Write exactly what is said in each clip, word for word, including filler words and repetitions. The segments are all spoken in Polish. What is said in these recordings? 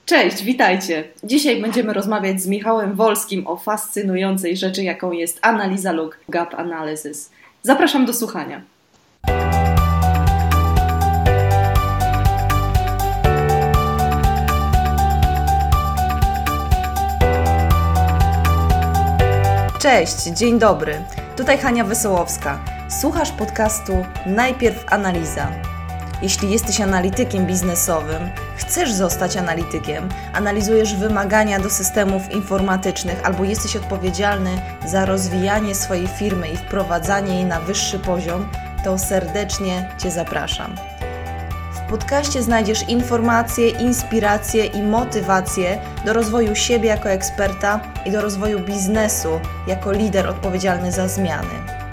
Cześć, witajcie. Dzisiaj będziemy rozmawiać z Michałem Wolskim o fascynującej rzeczy, jaką jest analiza luk, gap analysis. Zapraszam do słuchania. Cześć, dzień dobry. Tutaj Hania Wesołowska. Słuchasz podcastu Najpierw Analiza. Jeśli jesteś analitykiem biznesowym, chcesz zostać analitykiem, analizujesz wymagania do systemów informatycznych albo jesteś odpowiedzialny za rozwijanie swojej firmy i wprowadzanie jej na wyższy poziom, to serdecznie Cię zapraszam. W podcaście znajdziesz informacje, inspiracje i motywacje do rozwoju siebie jako eksperta i do rozwoju biznesu jako lider odpowiedzialny za zmiany.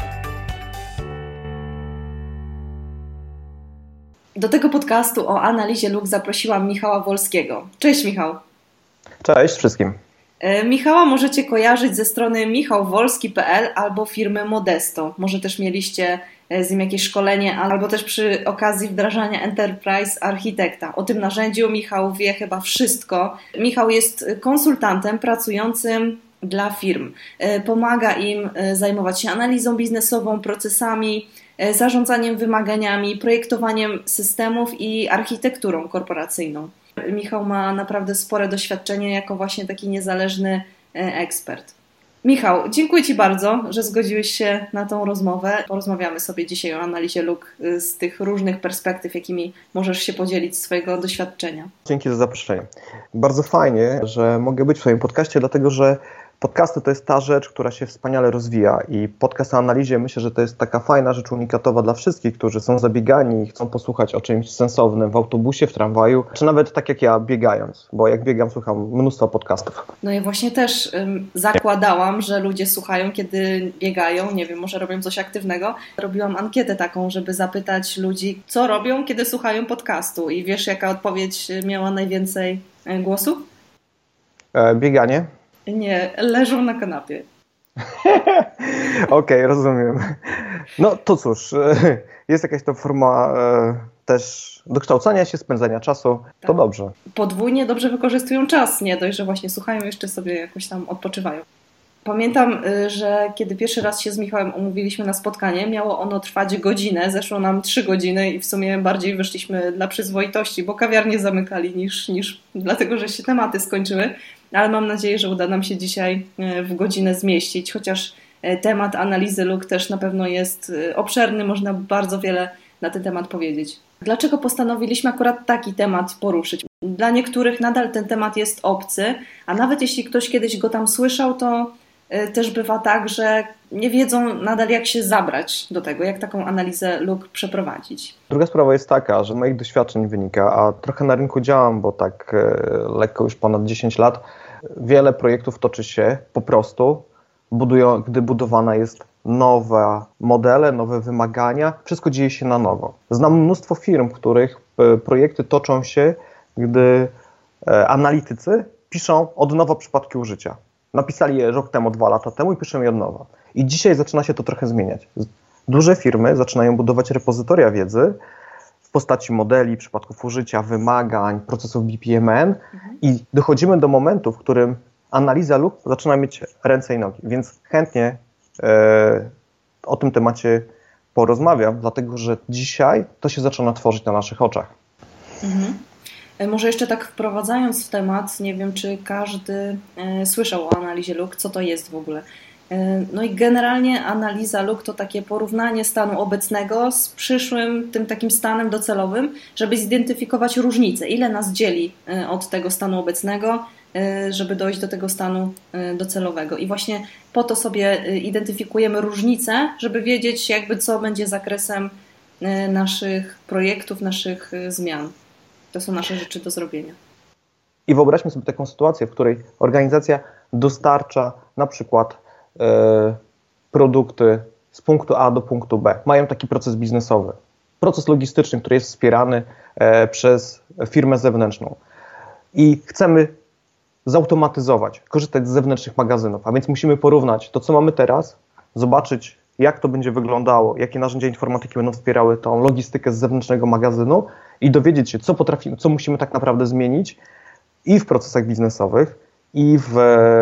Do tego podcastu o analizie luk zaprosiłam Michała Wolskiego. Cześć Michał. Cześć wszystkim. Michała możecie kojarzyć ze strony michał wolski kropka p l albo firmy Modesto. Może też mieliście z nim jakieś szkolenie, albo też przy okazji wdrażania Enterprise Architekta. O tym narzędziu Michał wie chyba wszystko. Michał jest konsultantem pracującym dla firm. Pomaga im zajmować się analizą biznesową, procesami, zarządzaniem wymaganiami, projektowaniem systemów i architekturą korporacyjną. Michał ma naprawdę spore doświadczenie jako właśnie taki niezależny ekspert. Michał, dziękuję Ci bardzo, że zgodziłeś się na tą rozmowę. Porozmawiamy sobie dzisiaj o analizie luk z tych różnych perspektyw, jakimi możesz się podzielić z swojego doświadczenia. Dzięki za zaproszenie. Bardzo fajnie, że mogę być w swoim podcaście, dlatego że podcasty to jest ta rzecz, która się wspaniale rozwija i podcast o analizie myślę, że to jest taka fajna rzecz unikatowa dla wszystkich, którzy są zabiegani i chcą posłuchać o czymś sensownym w autobusie, w tramwaju, czy nawet tak jak ja biegając, bo jak biegam słucham mnóstwo podcastów. No i właśnie też ym, zakładałam, że ludzie słuchają, kiedy biegają, nie wiem, może robią coś aktywnego. Robiłam ankietę taką, żeby zapytać ludzi, co robią, kiedy słuchają podcastu i wiesz, jaka odpowiedź miała najwięcej głosów? E, bieganie. Nie, leżą na kanapie. Okej, okay, rozumiem. No to cóż, jest jakaś to forma e, też dokształcania się, spędzania czasu, tak. To dobrze. Podwójnie dobrze wykorzystują czas, nie dość, że właśnie słuchają, jeszcze sobie jakoś tam odpoczywają. Pamiętam, że kiedy pierwszy raz się z Michałem umówiliśmy na spotkanie, miało ono trwać godzinę, zeszło nam trzy godziny i w sumie bardziej wyszliśmy dla przyzwoitości, bo kawiarnie zamykali niż, niż dlatego, że się tematy skończyły, ale mam nadzieję, że uda nam się dzisiaj w godzinę zmieścić, chociaż temat analizy luk też na pewno jest obszerny, można bardzo wiele na ten temat powiedzieć. Dlaczego postanowiliśmy akurat taki temat poruszyć? Dla niektórych nadal ten temat jest obcy, a nawet jeśli ktoś kiedyś go tam słyszał, to też bywa tak, że nie wiedzą nadal jak się zabrać do tego, jak taką analizę luk przeprowadzić. Druga sprawa jest taka, że z moich doświadczeń wynika, a trochę na rynku działam, bo tak lekko już ponad dziesięć lat, wiele projektów toczy się po prostu, budują, gdy budowana jest nowe modele, nowe wymagania, wszystko dzieje się na nowo. Znam mnóstwo firm, w których projekty toczą się, gdy analitycy piszą od nowa przypadki użycia. Napisali je rok temu, dwa lata temu i piszą je od nowa. I dzisiaj zaczyna się to trochę zmieniać. Duże firmy zaczynają budować repozytoria wiedzy w postaci modeli, przypadków użycia, wymagań, procesów B P M N mhm. i dochodzimy do momentu, w którym analiza luk zaczyna mieć ręce i nogi. Więc chętnie e, o tym temacie porozmawiam, dlatego że dzisiaj to się zaczyna tworzyć na naszych oczach. Mhm. Może jeszcze tak wprowadzając w temat, nie wiem, czy każdy e, słyszał o analizie luk, co to jest w ogóle. E, no i generalnie analiza luk to takie porównanie stanu obecnego z przyszłym, tym takim stanem docelowym, żeby zidentyfikować różnice, ile nas dzieli e, od tego stanu obecnego, e, żeby dojść do tego stanu e, docelowego. I właśnie po to sobie e, identyfikujemy różnice, żeby wiedzieć jakby co będzie zakresem e, naszych projektów, naszych e, zmian. To są nasze rzeczy do zrobienia. I wyobraźmy sobie taką sytuację, w której organizacja dostarcza na przykład e, produkty z punktu A do punktu B. Mają taki proces biznesowy, proces logistyczny, który jest wspierany e, przez firmę zewnętrzną. I chcemy zautomatyzować, korzystać z zewnętrznych magazynów, a więc musimy porównać to, co mamy teraz, zobaczyć, jak to będzie wyglądało, jakie narzędzia informatyki będą wspierały tą logistykę z zewnętrznego magazynu i dowiedzieć się, co potrafimy, co musimy tak naprawdę zmienić i w procesach biznesowych, i w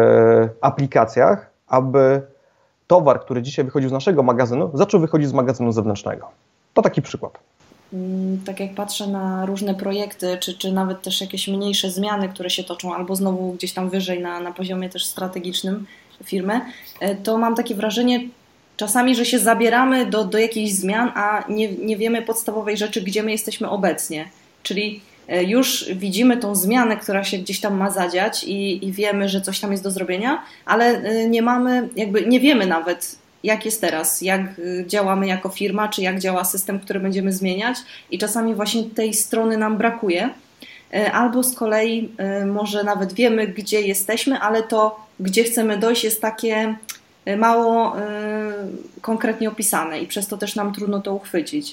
aplikacjach, aby towar, który dzisiaj wychodził z naszego magazynu, zaczął wychodzić z magazynu zewnętrznego. To taki przykład. Tak jak patrzę na różne projekty, czy, czy nawet też jakieś mniejsze zmiany, które się toczą, albo znowu gdzieś tam wyżej na, na poziomie też strategicznym firmy, to mam takie wrażenie czasami, że się zabieramy do, do jakichś zmian, a nie, nie wiemy podstawowej rzeczy, gdzie my jesteśmy obecnie. Czyli już widzimy tą zmianę, która się gdzieś tam ma zadziać i, i wiemy, że coś tam jest do zrobienia, ale nie mamy, jakby nie wiemy nawet, jak jest teraz, jak działamy jako firma, czy jak działa system, który będziemy zmieniać i czasami właśnie tej strony nam brakuje. Albo z kolei może nawet wiemy, gdzie jesteśmy, ale to, gdzie chcemy dojść, jest takie mało konkretnie opisane i przez to też nam trudno to uchwycić.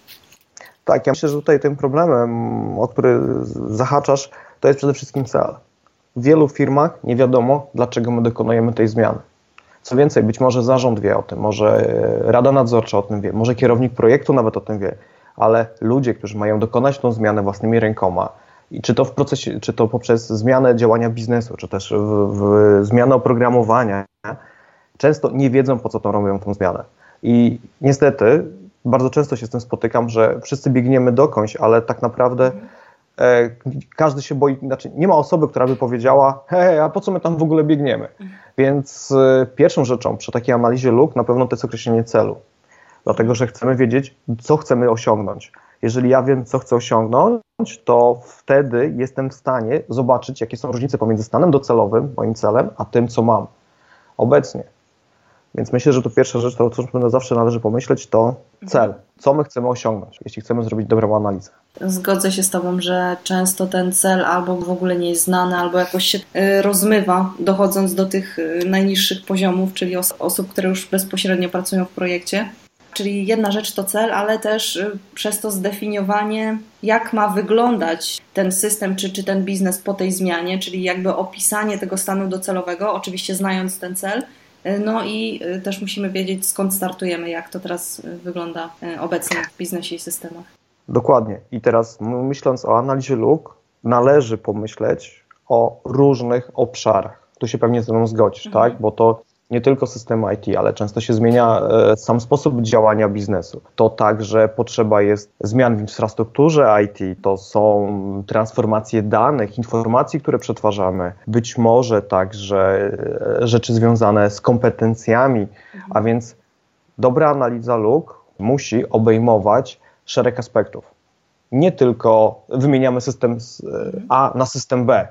Tak, ja myślę, że tutaj tym problemem, o który zahaczasz, to jest przede wszystkim cel. W wielu firmach nie wiadomo, dlaczego my dokonujemy tej zmiany. Co więcej, być może zarząd wie o tym, może rada nadzorcza o tym wie, może kierownik projektu nawet o tym wie, ale ludzie, którzy mają dokonać tą zmianę własnymi rękoma, i czy to w procesie, czy to poprzez zmianę działania biznesu, czy też w, w zmianę oprogramowania, często nie wiedzą, po co to robią tą zmianę. I niestety bardzo często się z tym spotykam, że wszyscy biegniemy dokądś, ale tak naprawdę e, każdy się boi, znaczy nie ma osoby, która by powiedziała, hej, a po co my tam w ogóle biegniemy? Więc e, pierwszą rzeczą przy takiej analizie luk na pewno to jest określenie celu, dlatego że chcemy wiedzieć, co chcemy osiągnąć. Jeżeli ja wiem, co chcę osiągnąć, to wtedy jestem w stanie zobaczyć, jakie są różnice pomiędzy stanem docelowym, moim celem, a tym, co mam obecnie. Więc myślę, że to pierwsza rzecz, to co zawsze należy pomyśleć, to cel. Co my chcemy osiągnąć, jeśli chcemy zrobić dobrą analizę. Zgodzę się z Tobą, że często ten cel albo w ogóle nie jest znany, albo jakoś się rozmywa, dochodząc do tych najniższych poziomów, czyli os- osób, które już bezpośrednio pracują w projekcie. Czyli jedna rzecz to cel, ale też przez to zdefiniowanie, jak ma wyglądać ten system czy, czy ten biznes po tej zmianie, czyli jakby opisanie tego stanu docelowego, oczywiście znając ten cel. No i też musimy wiedzieć, skąd startujemy, jak to teraz wygląda obecnie w biznesie i systemach. Dokładnie. I teraz myśląc o analizie luk, należy pomyśleć o różnych obszarach. Tu się pewnie ze mną zgodzisz, mhm. tak? Bo to nie tylko systemy I T, ale często się zmienia e, sam sposób działania biznesu. To także potrzeba jest zmian w infrastrukturze I T, to są transformacje danych, informacji, które przetwarzamy, być może także e, rzeczy związane z kompetencjami, mhm. a więc dobra analiza luk musi obejmować szereg aspektów. Nie tylko wymieniamy system A na system B,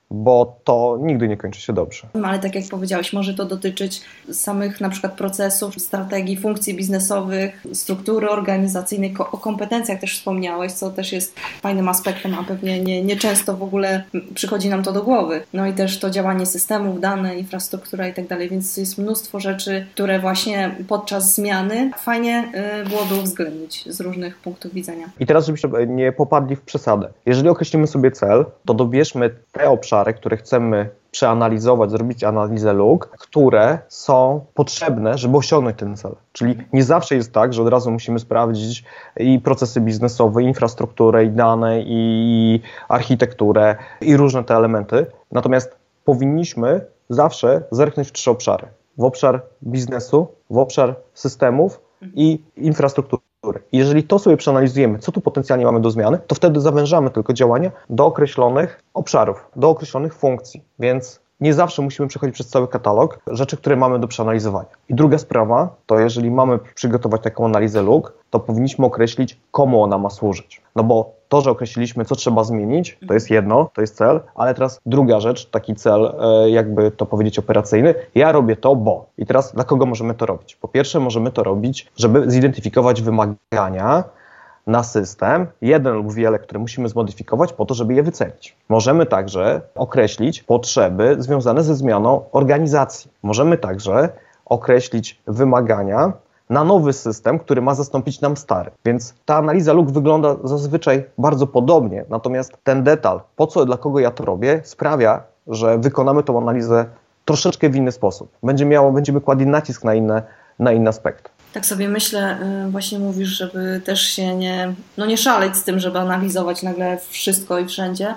bo to nigdy nie kończy się dobrze. Ale tak jak powiedziałeś, może to dotyczyć samych na przykład procesów, strategii, funkcji biznesowych, struktury organizacyjnej, o kompetencjach też wspomniałeś, co też jest fajnym aspektem, a pewnie nie, nie często w ogóle przychodzi nam to do głowy. No i też to działanie systemów, dane, infrastruktura i tak dalej, więc jest mnóstwo rzeczy, które właśnie podczas zmiany fajnie byłoby uwzględnić z różnych punktów widzenia. I teraz, żebyśmy nie popadli w przesadę. Jeżeli określimy sobie cel, to dobierzmy te obszary, które chcemy przeanalizować, zrobić analizę luk, które są potrzebne, żeby osiągnąć ten cel. Czyli nie zawsze jest tak, że od razu musimy sprawdzić i procesy biznesowe, i infrastrukturę, i dane, i architekturę, i różne te elementy. Natomiast powinniśmy zawsze zerknąć w trzy obszary. W obszar biznesu, w obszar systemów i infrastruktury. Jeżeli to sobie przeanalizujemy, co tu potencjalnie mamy do zmiany, to wtedy zawężamy tylko działania do określonych obszarów, do określonych funkcji, więc nie zawsze musimy przechodzić przez cały katalog rzeczy, które mamy do przeanalizowania. I druga sprawa, to jeżeli mamy przygotować taką analizę luk, to powinniśmy określić, komu ona ma służyć. No bo to, że określiliśmy, co trzeba zmienić, to jest jedno, to jest cel, ale teraz druga rzecz, taki cel, jakby to powiedzieć, operacyjny, ja robię to, bo. I teraz dla kogo możemy to robić? Po pierwsze, możemy to robić, żeby zidentyfikować wymagania na system, jeden lub wiele, które musimy zmodyfikować po to, żeby je wycenić. Możemy także określić potrzeby związane ze zmianą organizacji. Możemy także określić wymagania na nowy system, który ma zastąpić nam stary. Więc ta analiza luk wygląda zazwyczaj bardzo podobnie, natomiast ten detal, po co, dla kogo ja to robię, sprawia, że wykonamy tą analizę troszeczkę w inny sposób. Będzie miało, będziemy kładli nacisk na inne, na inny aspekt. Tak sobie myślę, właśnie mówisz, żeby też się nie, no nie szaleć z tym, żeby analizować nagle wszystko i wszędzie,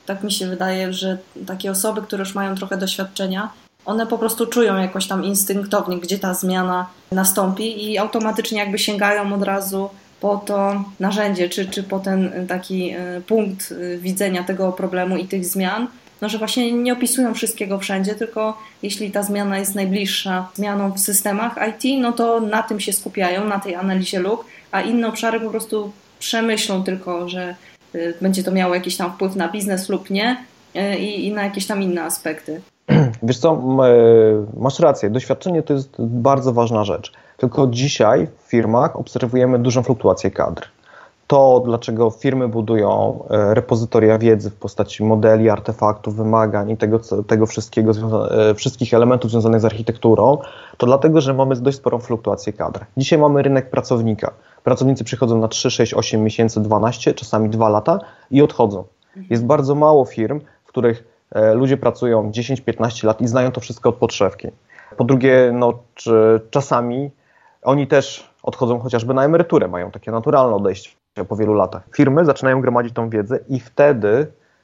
tak mi się wydaje, że takie osoby, które już mają trochę doświadczenia, one po prostu czują jakoś tam instynktownie, gdzie ta zmiana nastąpi i automatycznie jakby sięgają od razu po to narzędzie, czy, czy po ten taki punkt widzenia tego problemu i tych zmian, no że właśnie nie opisują wszystkiego wszędzie, tylko jeśli ta zmiana jest najbliższa zmianą w systemach I T, no to na tym się skupiają, na tej analizie luk, a inne obszary po prostu przemyślą tylko, że będzie to miało jakiś tam wpływ na biznes lub nie i, i na jakieś tam inne aspekty. Wiesz co, masz rację, doświadczenie to jest bardzo ważna rzecz. Tylko dzisiaj w firmach obserwujemy dużą fluktuację kadr. To, dlaczego firmy budują repozytoria wiedzy w postaci modeli, artefaktów, wymagań i tego, tego wszystkiego, wszystkich elementów związanych z architekturą, to dlatego, że mamy dość sporą fluktuację kadr. Dzisiaj mamy rynek pracownika. Pracownicy przychodzą na trzy, sześć, osiem miesięcy, dwanaście, czasami dwa lata i odchodzą. Jest bardzo mało firm, w których ludzie pracują dziesięć piętnaście lat i znają to wszystko od podszewki. Po drugie, no, czy czasami oni też odchodzą chociażby na emeryturę, mają takie naturalne odejście po wielu latach. Firmy zaczynają gromadzić tą wiedzę i wtedy,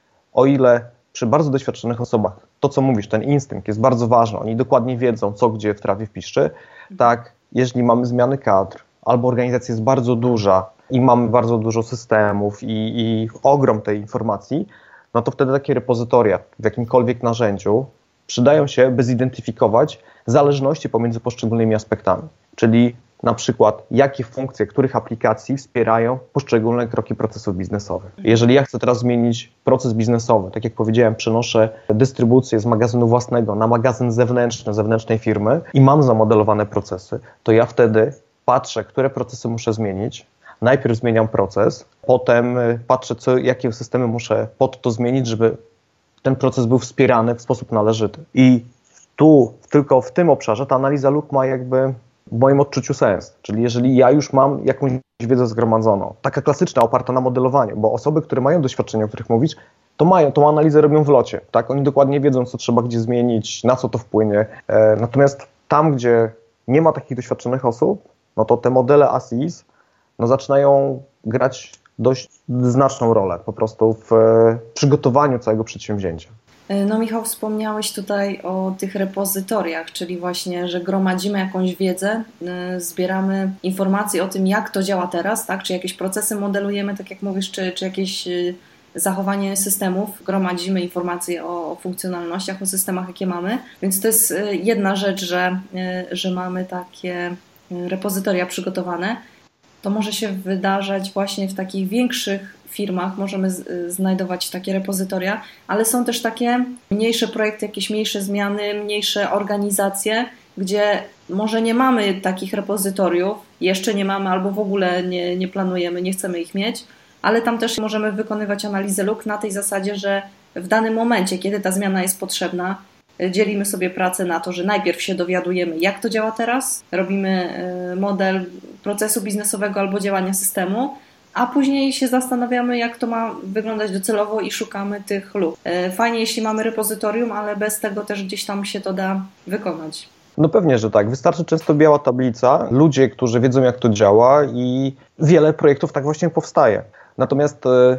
o ile przy bardzo doświadczonych osobach, to co mówisz, ten instynkt jest bardzo ważny, oni dokładnie wiedzą, co gdzie w trawie piszczy, tak, jeżeli mamy zmiany kadr, albo organizacja jest bardzo duża i mamy bardzo dużo systemów i, i ogrom tej informacji, no to wtedy takie repozytoria w jakimkolwiek narzędziu przydają się, by zidentyfikować zależności pomiędzy poszczególnymi aspektami. Czyli na przykład jakie funkcje których aplikacji wspierają poszczególne kroki procesów biznesowych. Jeżeli ja chcę teraz zmienić proces biznesowy, tak jak powiedziałem, przenoszę dystrybucję z magazynu własnego na magazyn zewnętrzny, zewnętrznej firmy i mam zamodelowane procesy, to ja wtedy patrzę, które procesy muszę zmienić. Najpierw zmieniam proces, potem patrzę, co, jakie systemy muszę pod to zmienić, żeby ten proces był wspierany w sposób należyty. I tu, tylko w tym obszarze ta analiza luk ma jakby w moim odczuciu sens. Czyli jeżeli ja już mam jakąś wiedzę zgromadzoną, taka klasyczna, oparta na modelowaniu, bo osoby, które mają doświadczenie, o których mówisz, to mają, tą analizę robią w locie, tak? Oni dokładnie wiedzą, co trzeba gdzie zmienić, na co to wpłynie. E, natomiast tam, gdzie nie ma takich doświadczonych osób, no to te modele A S I S no zaczynają grać dość znaczną rolę po prostu w e, przygotowaniu całego przedsięwzięcia. No Michał, wspomniałeś tutaj o tych repozytoriach, czyli właśnie, że gromadzimy jakąś wiedzę, yy, zbieramy informacje o tym, jak to działa teraz, tak? Czy jakieś procesy modelujemy, tak jak mówisz, czy, czy jakieś yy, zachowanie systemów, gromadzimy informacje o, o funkcjonalnościach, o systemach, jakie mamy. Więc to jest yy, jedna rzecz, że, yy, że mamy takie yy, repozytoria przygotowane. To może się wydarzać właśnie w takich większych firmach, możemy z, znajdować takie repozytoria, ale są też takie mniejsze projekty, jakieś mniejsze zmiany, mniejsze organizacje, gdzie może nie mamy takich repozytoriów, jeszcze nie mamy albo w ogóle nie, nie planujemy, nie chcemy ich mieć, ale tam też możemy wykonywać analizę luk na tej zasadzie, że w danym momencie, kiedy ta zmiana jest potrzebna, dzielimy sobie pracę na to, że najpierw się dowiadujemy, jak to działa teraz, robimy model procesu biznesowego albo działania systemu, a później się zastanawiamy, jak to ma wyglądać docelowo i szukamy tych luk. Fajnie, jeśli mamy repozytorium, ale bez tego też gdzieś tam się to da wykonać. No pewnie, że tak. Wystarczy często biała tablica, ludzie, którzy wiedzą, jak to działa i wiele projektów tak właśnie powstaje. Natomiast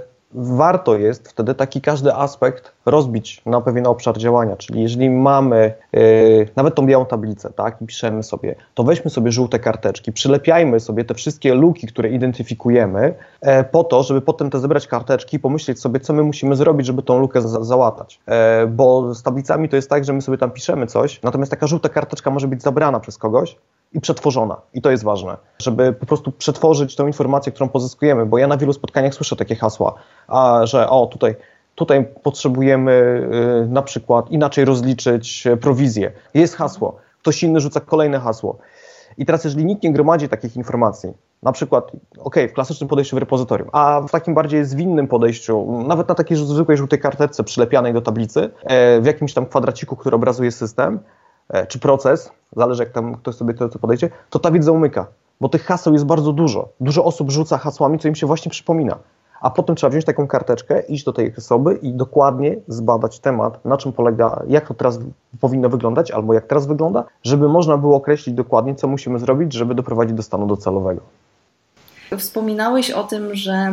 warto jest wtedy taki każdy aspekt rozbić na pewien obszar działania, czyli jeżeli mamy yy, nawet tą białą tablicę, tak, i piszemy sobie, to weźmy sobie żółte karteczki, przylepiajmy sobie te wszystkie luki, które identyfikujemy, e, po to, żeby potem te zebrać karteczki i pomyśleć sobie, co my musimy zrobić, żeby tą lukę za- załatać. E, bo z tablicami to jest tak, że my sobie tam piszemy coś, natomiast taka żółta karteczka może być zabrana przez kogoś i przetworzona. I to jest ważne, żeby po prostu przetworzyć tą informację, którą pozyskujemy, bo ja na wielu spotkaniach słyszę takie hasła, a, że o, tutaj, tutaj potrzebujemy y, na przykład inaczej rozliczyć prowizję. Jest hasło, ktoś inny rzuca kolejne hasło. I teraz jeżeli nikt nie gromadzi takich informacji, na przykład, ok, w klasycznym podejściu w repozytorium, a w takim bardziej zwinnym podejściu, nawet na takiej zwykłej żółtej karteczce przylepianej do tablicy, e, w jakimś tam kwadraciku, który obrazuje system, czy proces, zależy jak tam ktoś sobie to podejdzie, to ta wiedza umyka, bo tych haseł jest bardzo dużo. Dużo osób rzuca hasłami, co im się właśnie przypomina. A potem trzeba wziąć taką karteczkę, iść do tej osoby i dokładnie zbadać temat, na czym polega, jak to teraz powinno wyglądać, albo jak teraz wygląda, żeby można było określić dokładnie, co musimy zrobić, żeby doprowadzić do stanu docelowego. Wspominałeś o tym, że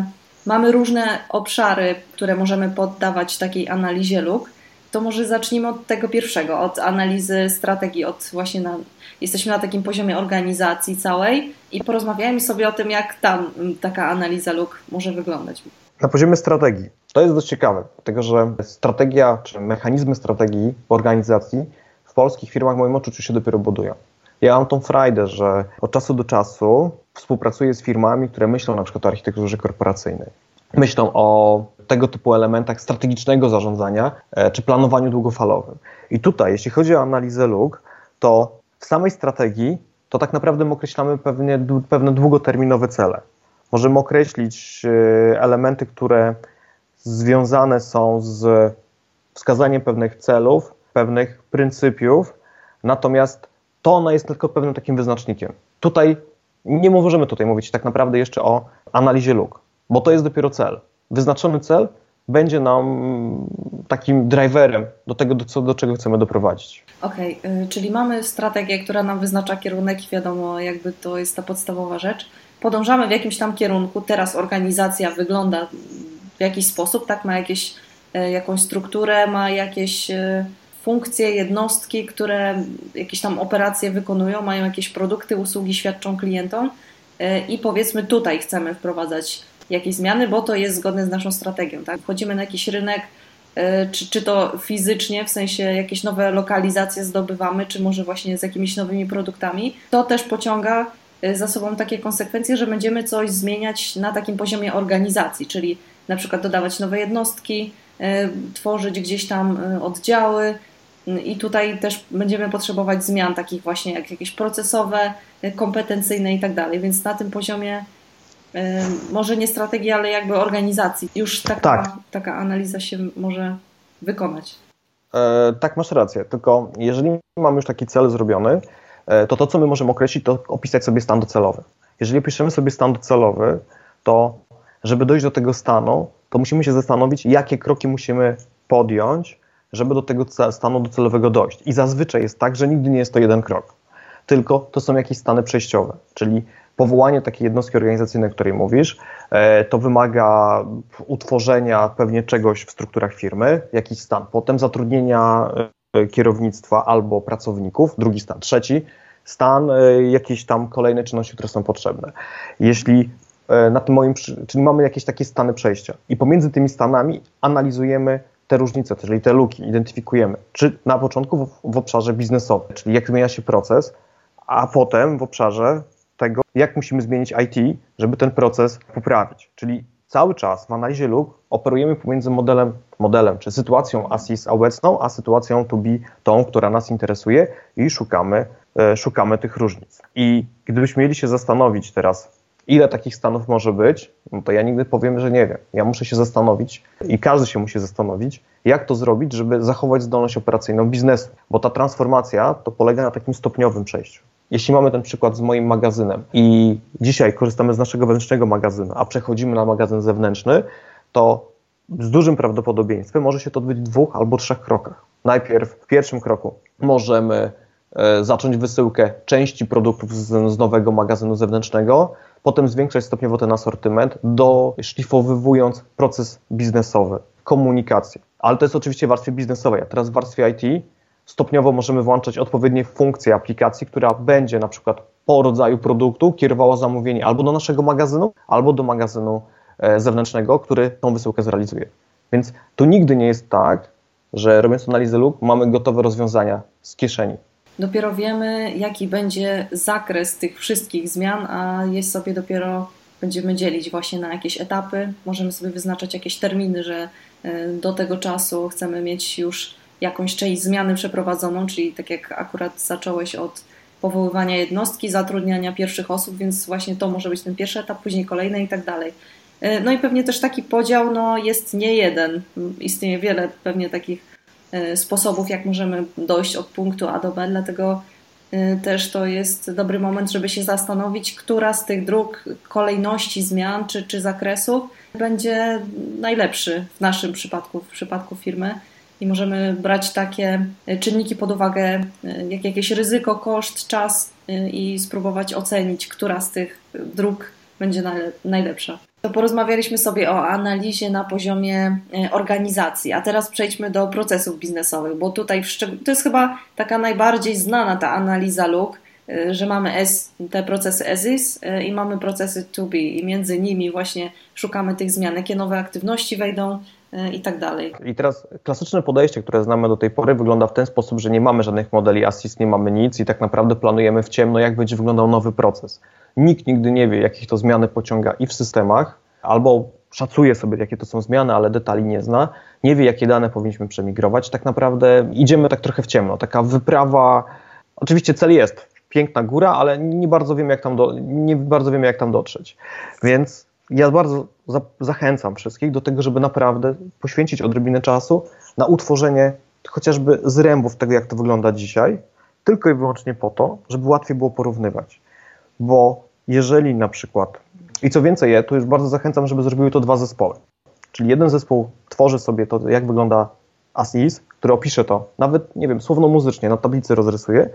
mamy różne obszary, które możemy poddawać takiej analizie luk. To może zacznijmy od tego pierwszego, od analizy strategii, od właśnie na, jesteśmy na takim poziomie organizacji całej i porozmawiajmy sobie o tym, jak tam taka analiza luk może wyglądać. Na poziomie strategii. To jest dość ciekawe, dlatego że strategia, czy mechanizmy strategii w organizacji w polskich firmach w moim odczuciu się dopiero budują. Ja mam tą frajdę, że od czasu do czasu współpracuję z firmami, które myślą na przykład o architekturze korporacyjnej. Myślą o tego typu elementach strategicznego zarządzania czy planowaniu długofalowym. I tutaj, jeśli chodzi o analizę luk, to w samej strategii to tak naprawdę my określamy pewnie, pewne długoterminowe cele. Możemy określić elementy, które związane są z wskazaniem pewnych celów, pewnych pryncypiów, natomiast to ona jest tylko pewnym takim wyznacznikiem. Tutaj nie możemy tutaj mówić tak naprawdę jeszcze o analizie luk, bo to jest dopiero cel. Wyznaczony cel będzie nam takim driverem do tego, do, co, do czego chcemy doprowadzić. Okej, okay, czyli mamy strategię, która nam wyznacza kierunek i wiadomo, jakby to jest ta podstawowa rzecz. Podążamy w jakimś tam kierunku, teraz organizacja wygląda w jakiś sposób, tak, ma jakieś, jakąś strukturę, ma jakieś funkcje, jednostki, które jakieś tam operacje wykonują, mają jakieś produkty, usługi, świadczą klientom i powiedzmy tutaj chcemy wprowadzać jakieś zmiany, bo to jest zgodne z naszą strategią. Tak? Wchodzimy na jakiś rynek, czy, czy to fizycznie, w sensie jakieś nowe lokalizacje zdobywamy, czy może właśnie z jakimiś nowymi produktami. To też pociąga za sobą takie konsekwencje, że będziemy coś zmieniać na takim poziomie organizacji, czyli na przykład dodawać nowe jednostki, tworzyć gdzieś tam oddziały i tutaj też będziemy potrzebować zmian takich właśnie jak jakieś procesowe, kompetencyjne i tak dalej, więc na tym poziomie może nie strategii, ale jakby organizacji. Już taka, tak. taka analiza się może wykonać. E, tak, masz rację, tylko jeżeli mamy już taki cel zrobiony, to to, co my możemy określić, to opisać sobie stan docelowy. Jeżeli opiszemy sobie stan docelowy, to żeby dojść do tego stanu, to musimy się zastanowić, jakie kroki musimy podjąć, żeby do tego stanu docelowego dojść. I zazwyczaj jest tak, że nigdy nie jest to jeden krok, tylko to są jakieś stany przejściowe, czyli powołanie takiej jednostki organizacyjnej, o której mówisz, to wymaga utworzenia pewnie czegoś w strukturach firmy, jakiś stan, potem zatrudnienia kierownictwa albo pracowników, drugi stan, trzeci stan, jakieś tam kolejne czynności, które są potrzebne. Jeśli na tym moim, czyli mamy jakieś takie stany przejścia i pomiędzy tymi stanami analizujemy te różnice, czyli te luki, identyfikujemy, czy na początku w, w obszarze biznesowym, czyli jak zmienia się proces, a potem w obszarze tego, jak musimy zmienić I T, żeby ten proces poprawić. Czyli cały czas w analizie luk operujemy pomiędzy modelem, modelem czy sytuacją as is obecną, a sytuacją to be tą, która nas interesuje i szukamy, e, szukamy tych różnic. I gdybyśmy mieli się zastanowić teraz, ile takich stanów może być, no to ja nigdy powiem, że nie wiem. Ja muszę się zastanowić i każdy się musi zastanowić, jak to zrobić, żeby zachować zdolność operacyjną biznesu, bo ta transformacja to polega na takim stopniowym przejściu. Jeśli mamy ten przykład z moim magazynem i dzisiaj korzystamy z naszego wewnętrznego magazynu, a przechodzimy na magazyn zewnętrzny, to z dużym prawdopodobieństwem może się to odbyć w dwóch albo trzech krokach. Najpierw w pierwszym kroku możemy e, zacząć wysyłkę części produktów z, z nowego magazynu zewnętrznego, potem zwiększać stopniowo ten asortyment, doszlifowywując proces biznesowy, komunikację. Ale to jest oczywiście w warstwie biznesowej, a teraz w warstwie I T stopniowo możemy włączać odpowiednie funkcje aplikacji, która będzie na przykład po rodzaju produktu kierowała zamówienie albo do naszego magazynu, albo do magazynu zewnętrznego, który tą wysyłkę zrealizuje. Więc tu nigdy nie jest tak, że robiąc analizę luk mamy gotowe rozwiązania z kieszeni. Dopiero wiemy, jaki będzie zakres tych wszystkich zmian, a je sobie dopiero będziemy dzielić właśnie na jakieś etapy. Możemy sobie wyznaczać jakieś terminy, że do tego czasu chcemy mieć już jakąś część zmiany przeprowadzoną, czyli tak jak akurat zacząłeś od powoływania jednostki, zatrudniania pierwszych osób, więc właśnie to może być ten pierwszy etap, później kolejny i tak dalej. No i pewnie też taki podział no, jest nie jeden. Istnieje wiele pewnie takich sposobów, jak możemy dojść od punktu A do B, dlatego też to jest dobry moment, żeby się zastanowić, która z tych dróg kolejności zmian czy, czy zakresów będzie najlepszy w naszym przypadku, w przypadku firmy. I możemy brać takie czynniki pod uwagę, jak jakieś ryzyko, koszt, czas i spróbować ocenić, która z tych dróg będzie najlepsza. To porozmawialiśmy sobie o analizie na poziomie organizacji, a teraz przejdźmy do procesów biznesowych, bo tutaj w szczeg- to jest chyba taka najbardziej znana ta analiza luk, że mamy S, te procesy as is i mamy procesy to be i między nimi właśnie szukamy tych zmian, jakie nowe aktywności wejdą i tak dalej. I teraz klasyczne podejście, które znamy do tej pory, wygląda w ten sposób, że nie mamy żadnych modeli as is, nie mamy nic i tak naprawdę planujemy w ciemno, jak będzie wyglądał nowy proces. Nikt nigdy nie wie, jakich to zmiany pociąga i w systemach, albo szacuje sobie, jakie to są zmiany, ale detali nie zna, nie wie, jakie dane powinniśmy przemigrować. Tak naprawdę idziemy tak trochę w ciemno, taka wyprawa, oczywiście cel jest, piękna góra, ale nie bardzo wiemy, jak tam, do, nie bardzo wiemy, jak tam dotrzeć. Więc ja bardzo za, zachęcam wszystkich do tego, żeby naprawdę poświęcić odrobinę czasu na utworzenie chociażby zrębów tego, jak to wygląda dzisiaj, tylko i wyłącznie po to, żeby łatwiej było porównywać. Bo jeżeli na przykład, i co więcej, ja tu już bardzo zachęcam, żeby zrobiły to dwa zespoły. Czyli jeden zespół tworzy sobie to, jak wygląda as is, który opisze to, nawet, nie wiem, słowno-muzycznie, na tablicy rozrysuje,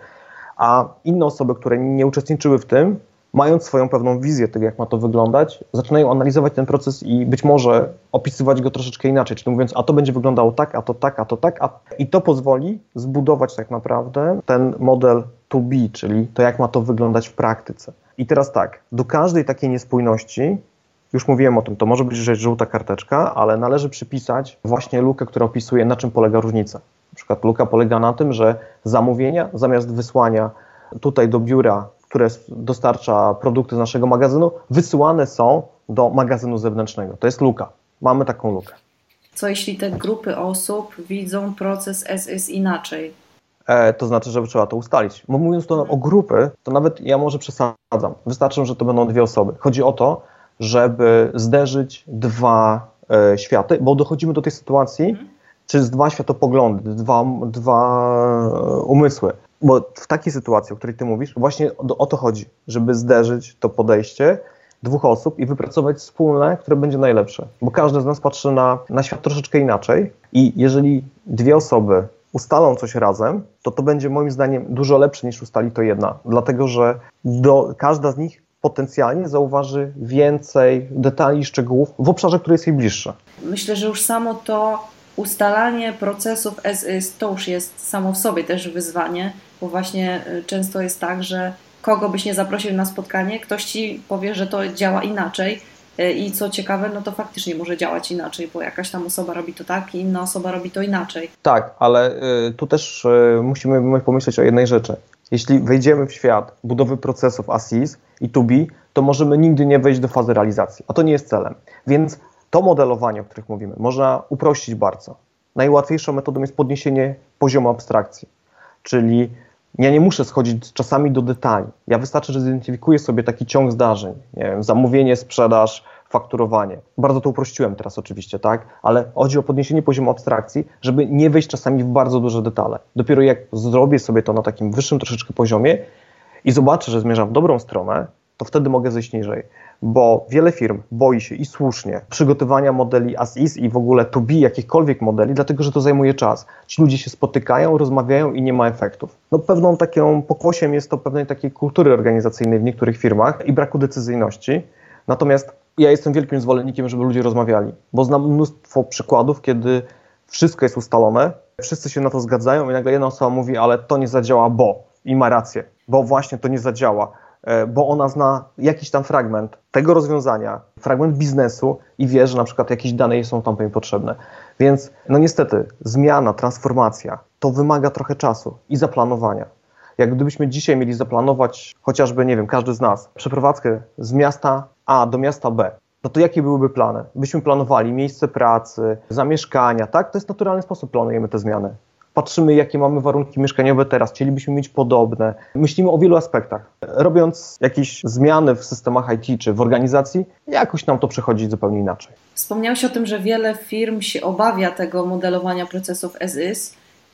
a inne osoby, które nie uczestniczyły w tym, mając swoją pewną wizję tego, jak ma to wyglądać, zaczynają analizować ten proces i być może opisywać go troszeczkę inaczej, czyli mówiąc, a to będzie wyglądało tak, a to tak, a to tak, a... i to pozwoli zbudować tak naprawdę ten model to be, czyli to, jak ma to wyglądać w praktyce. I teraz tak, do każdej takiej niespójności, już mówiłem o tym, to może być rzecz żółta karteczka, ale należy przypisać właśnie lukę, która opisuje, na czym polega różnica. Na przykład luka polega na tym, że zamówienia zamiast wysłania tutaj do biura, które dostarcza produkty z naszego magazynu, wysyłane są do magazynu zewnętrznego. To jest luka. Mamy taką lukę. Co jeśli te grupy osób widzą proces as is inaczej? E, to znaczy, że trzeba to ustalić. Bo mówiąc to o grupy, to nawet ja może przesadzam. Wystarczy, że to będą dwie osoby. Chodzi o to, żeby zderzyć dwa e, światy, bo dochodzimy do tej sytuacji, hmm. czy z dwa światopoglądy, dwa, dwa umysły. Bo w takiej sytuacji, o której ty mówisz, właśnie o, o to chodzi, żeby zderzyć to podejście dwóch osób i wypracować wspólne, które będzie najlepsze. Bo każdy z nas patrzy na, na świat troszeczkę inaczej i jeżeli dwie osoby ustalą coś razem, to to będzie moim zdaniem dużo lepsze niż ustali to jedna. Dlatego, że do, każda z nich potencjalnie zauważy więcej detali, szczegółów w obszarze, który jest jej bliższy. Myślę, że już samo to ustalanie procesów as is to już jest samo w sobie też wyzwanie, bo właśnie często jest tak, że kogo byś nie zaprosił na spotkanie, ktoś ci powie, że to działa inaczej i co ciekawe, no to faktycznie może działać inaczej, bo jakaś tam osoba robi to tak i inna osoba robi to inaczej. Tak, ale y, tu też y, musimy pomyśleć o jednej rzeczy. Jeśli wejdziemy w świat budowy procesów as is i to be, to możemy nigdy nie wejść do fazy realizacji, a to nie jest celem. Więc to modelowanie, o którym mówimy, można uprościć bardzo. Najłatwiejszą metodą jest podniesienie poziomu abstrakcji, czyli ja nie muszę schodzić czasami do detali. Ja wystarczy, że zidentyfikuję sobie taki ciąg zdarzeń, nie wiem, zamówienie, sprzedaż, fakturowanie. Bardzo to uprościłem teraz oczywiście, tak? Ale chodzi o podniesienie poziomu abstrakcji, żeby nie wejść czasami w bardzo duże detale. Dopiero jak zrobię sobie to na takim wyższym troszeczkę poziomie i zobaczę, że zmierzam w dobrą stronę, to wtedy mogę zejść niżej. Bo wiele firm boi się i słusznie przygotowania modeli as is i w ogóle to be jakichkolwiek modeli, dlatego że to zajmuje czas. Ci ludzie się spotykają, rozmawiają i nie ma efektów. No pewną taką pokłosiem jest to pewnej takiej kultury organizacyjnej w niektórych firmach i braku decyzyjności. Natomiast ja jestem wielkim zwolennikiem, żeby ludzie rozmawiali, bo znam mnóstwo przykładów, kiedy wszystko jest ustalone, wszyscy się na to zgadzają i nagle jedna osoba mówi, ale to nie zadziała, bo i ma rację, bo właśnie to nie zadziała, bo ona zna jakiś tam fragment tego rozwiązania, fragment biznesu i wie, że na przykład jakieś dane są tam potrzebne. Więc no niestety zmiana, transformacja to wymaga trochę czasu i zaplanowania. Jak gdybyśmy dzisiaj mieli zaplanować chociażby, nie wiem, każdy z nas, przeprowadzkę z miasta A do miasta B, no to jakie byłyby plany? Byśmy planowali miejsce pracy, zamieszkania, tak? To jest naturalny sposób, planujemy te zmiany. Patrzymy, jakie mamy warunki mieszkaniowe teraz, chcielibyśmy mieć podobne. Myślimy o wielu aspektach. Robiąc jakieś zmiany w systemach I T czy w organizacji, jakoś nam to przechodzi zupełnie inaczej. Wspomniałeś o tym, że wiele firm się obawia tego modelowania procesów as is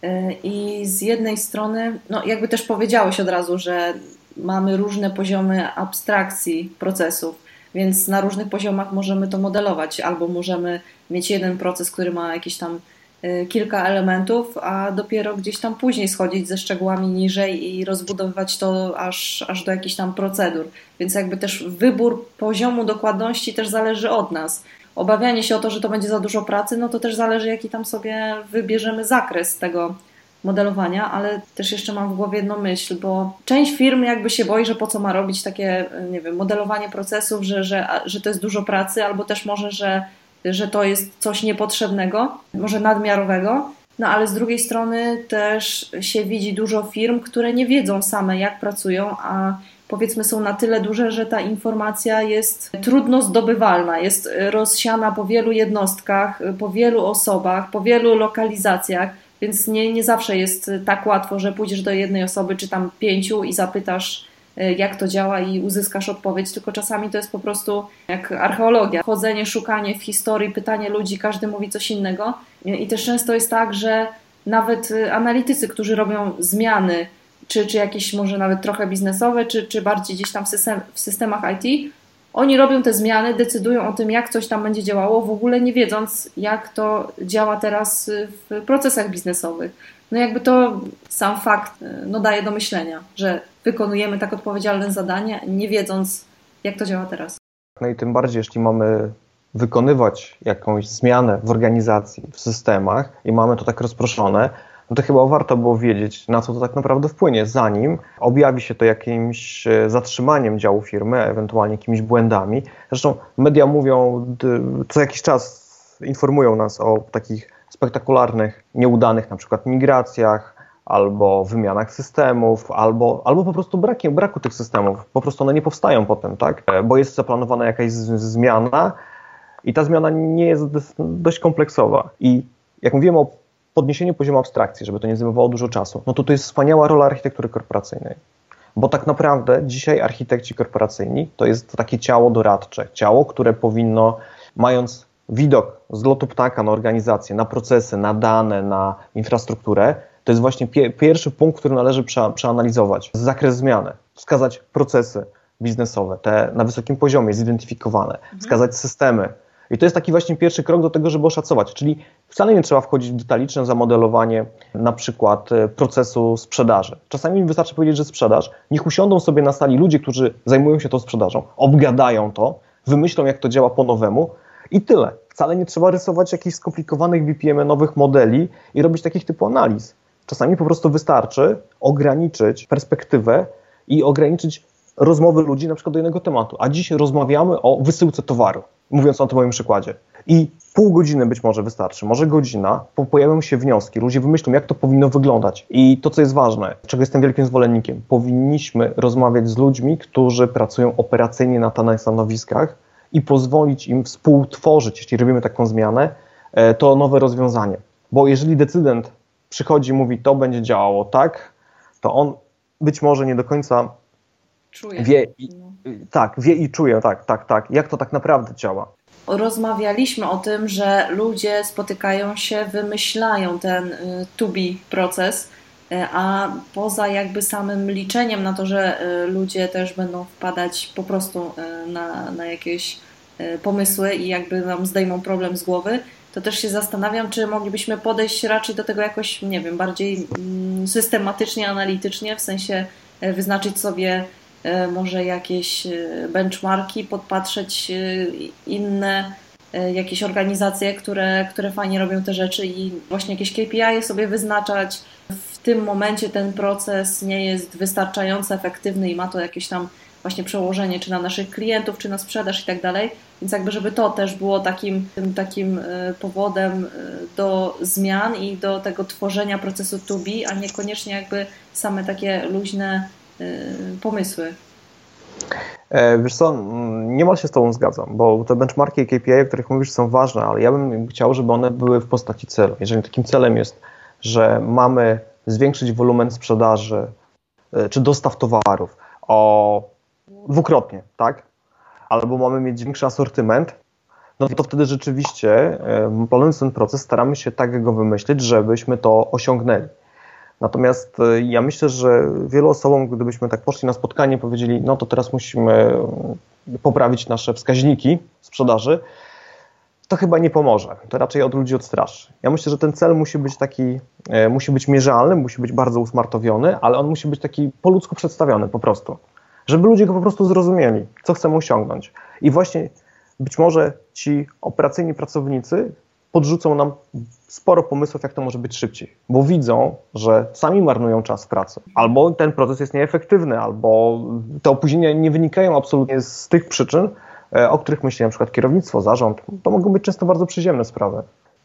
i z jednej strony, no jakby też powiedziałeś od razu, że mamy różne poziomy abstrakcji procesów, więc na różnych poziomach możemy to modelować, albo możemy mieć jeden proces, który ma jakieś tam kilka elementów, a dopiero gdzieś tam później schodzić ze szczegółami niżej i rozbudowywać to aż, aż do jakichś tam procedur. Więc jakby też wybór poziomu dokładności też zależy od nas. Obawianie się o to, że to będzie za dużo pracy, no to też zależy, jaki tam sobie wybierzemy zakres tego modelowania, ale też jeszcze mam w głowie jedną myśl, bo część firm jakby się boi, że po co ma robić takie, nie wiem, modelowanie procesów, że, że, że to jest dużo pracy, albo też może, że, że to jest coś niepotrzebnego, może nadmiarowego. No ale z drugiej strony też się widzi dużo firm, które nie wiedzą same, jak pracują, a powiedzmy są na tyle duże, że ta informacja jest trudno zdobywalna, jest rozsiana po wielu jednostkach, po wielu osobach, po wielu lokalizacjach, więc nie, nie zawsze jest tak łatwo, że pójdziesz do jednej osoby czy tam pięciu i zapytasz, jak to działa i uzyskasz odpowiedź, tylko czasami to jest po prostu jak archeologia. Chodzenie, szukanie w historii, pytanie ludzi, każdy mówi coś innego i też często jest tak, że nawet analitycy, którzy robią zmiany, czy, czy jakieś może nawet trochę biznesowe, czy, czy bardziej gdzieś tam w, system, w systemach I T, oni robią te zmiany, decydują o tym, jak coś tam będzie działało, w ogóle nie wiedząc, jak to działa teraz w procesach biznesowych. No jakby to sam fakt no, daje do myślenia, że wykonujemy tak odpowiedzialne zadanie, nie wiedząc, jak to działa teraz. No i tym bardziej, jeśli mamy wykonywać jakąś zmianę w organizacji, w systemach i mamy to tak rozproszone, no to chyba warto było wiedzieć, na co to tak naprawdę wpłynie, zanim objawi się to jakimś zatrzymaniem działu firmy, ewentualnie jakimiś błędami. Zresztą media mówią, co jakiś czas informują nas o takich spektakularnych, nieudanych na przykład migracjach, albo wymianach systemów, albo, albo po prostu brakiem, braku tych systemów. Po prostu one nie powstają potem, tak? Bo jest zaplanowana jakaś z, zmiana i ta zmiana nie jest dość kompleksowa. I jak mówiłem o podniesieniu poziomu abstrakcji, żeby to nie zajmowało dużo czasu, no to to jest wspaniała rola architektury korporacyjnej. Bo tak naprawdę dzisiaj architekci korporacyjni to jest takie ciało doradcze, ciało, które powinno, mając widok z lotu ptaka na organizację, na procesy, na dane, na infrastrukturę, to jest właśnie pie- pierwszy punkt, który należy prze- przeanalizować. Zakres zmiany, wskazać procesy biznesowe, te na wysokim poziomie, zidentyfikowane, mhm. wskazać systemy. I to jest taki właśnie pierwszy krok do tego, żeby oszacować, czyli wcale nie trzeba wchodzić w detaliczne zamodelowanie na przykład procesu sprzedaży. Czasami wystarczy powiedzieć, że sprzedaż, niech usiądą sobie na sali ludzie, którzy zajmują się tą sprzedażą, obgadają to, wymyślą, jak to działa po nowemu i tyle. Wcale nie trzeba rysować jakichś skomplikowanych V P M-owych modeli i robić takich typu analiz. Czasami po prostu wystarczy ograniczyć perspektywę i ograniczyć rozmowy ludzi na przykład do jednego tematu. A dziś rozmawiamy o wysyłce towaru, mówiąc o tym moim przykładzie. I pół godziny być może wystarczy, może godzina, pojawią się wnioski, ludzie wymyślą, jak to powinno wyglądać. I to, co jest ważne, czego jestem wielkim zwolennikiem, powinniśmy rozmawiać z ludźmi, którzy pracują operacyjnie na danych stanowiskach i pozwolić im współtworzyć, jeśli robimy taką zmianę, to nowe rozwiązanie. Bo jeżeli decydent przychodzi i mówi, to będzie działało tak, to on być może nie do końca czuje. wie, i, tak, wie i czuje, tak, tak, tak, jak to tak naprawdę działa. Rozmawialiśmy o tym, że ludzie spotykają się, wymyślają ten to be proces, a poza jakby samym liczeniem na to, że ludzie też będą wpadać po prostu na, na jakieś pomysły i jakby nam zdejmą problem z głowy, to też się zastanawiam, czy moglibyśmy podejść raczej do tego jakoś, nie wiem, bardziej systematycznie, analitycznie, w sensie wyznaczyć sobie może jakieś benchmarki, podpatrzeć inne jakieś organizacje, które, które fajnie robią te rzeczy i właśnie jakieś K P I sobie wyznaczać. W tym momencie ten proces nie jest wystarczająco efektywny i ma to jakieś tam właśnie przełożenie czy na naszych klientów, czy na sprzedaż i tak dalej. Więc jakby żeby to też było takim, tym, takim powodem do zmian i do tego tworzenia procesu to be, a niekoniecznie jakby same takie luźne pomysły. Wiesz co, niemal się z Tobą zgadzam, bo te benchmarki i K P I, o których mówisz, są ważne, ale ja bym chciał, żeby one były w postaci celu. Jeżeli takim celem jest, że mamy zwiększyć wolumen sprzedaży czy dostaw towarów o dwukrotnie, tak? Albo mamy mieć większy asortyment, no to wtedy rzeczywiście, planując ten proces, staramy się tak go wymyślić, żebyśmy to osiągnęli. Natomiast ja myślę, że wielu osobom, gdybyśmy tak poszli na spotkanie i powiedzieli, no to teraz musimy poprawić nasze wskaźniki sprzedaży, to chyba nie pomoże. To raczej od ludzi odstraszy. Ja myślę, że ten cel musi być taki, e, musi być mierzalny, musi być bardzo usmartowiony, ale on musi być taki po ludzku przedstawiony po prostu. Żeby ludzie go po prostu zrozumieli, co chcemy osiągnąć. I właśnie być może ci operacyjni pracownicy podrzucą nam sporo pomysłów, jak to może być szybciej, bo widzą, że sami marnują czas w pracy, albo ten proces jest nieefektywny, albo te opóźnienia nie wynikają absolutnie z tych przyczyn, o których myśli na przykład kierownictwo, zarząd. To mogą być często bardzo przyziemne sprawy.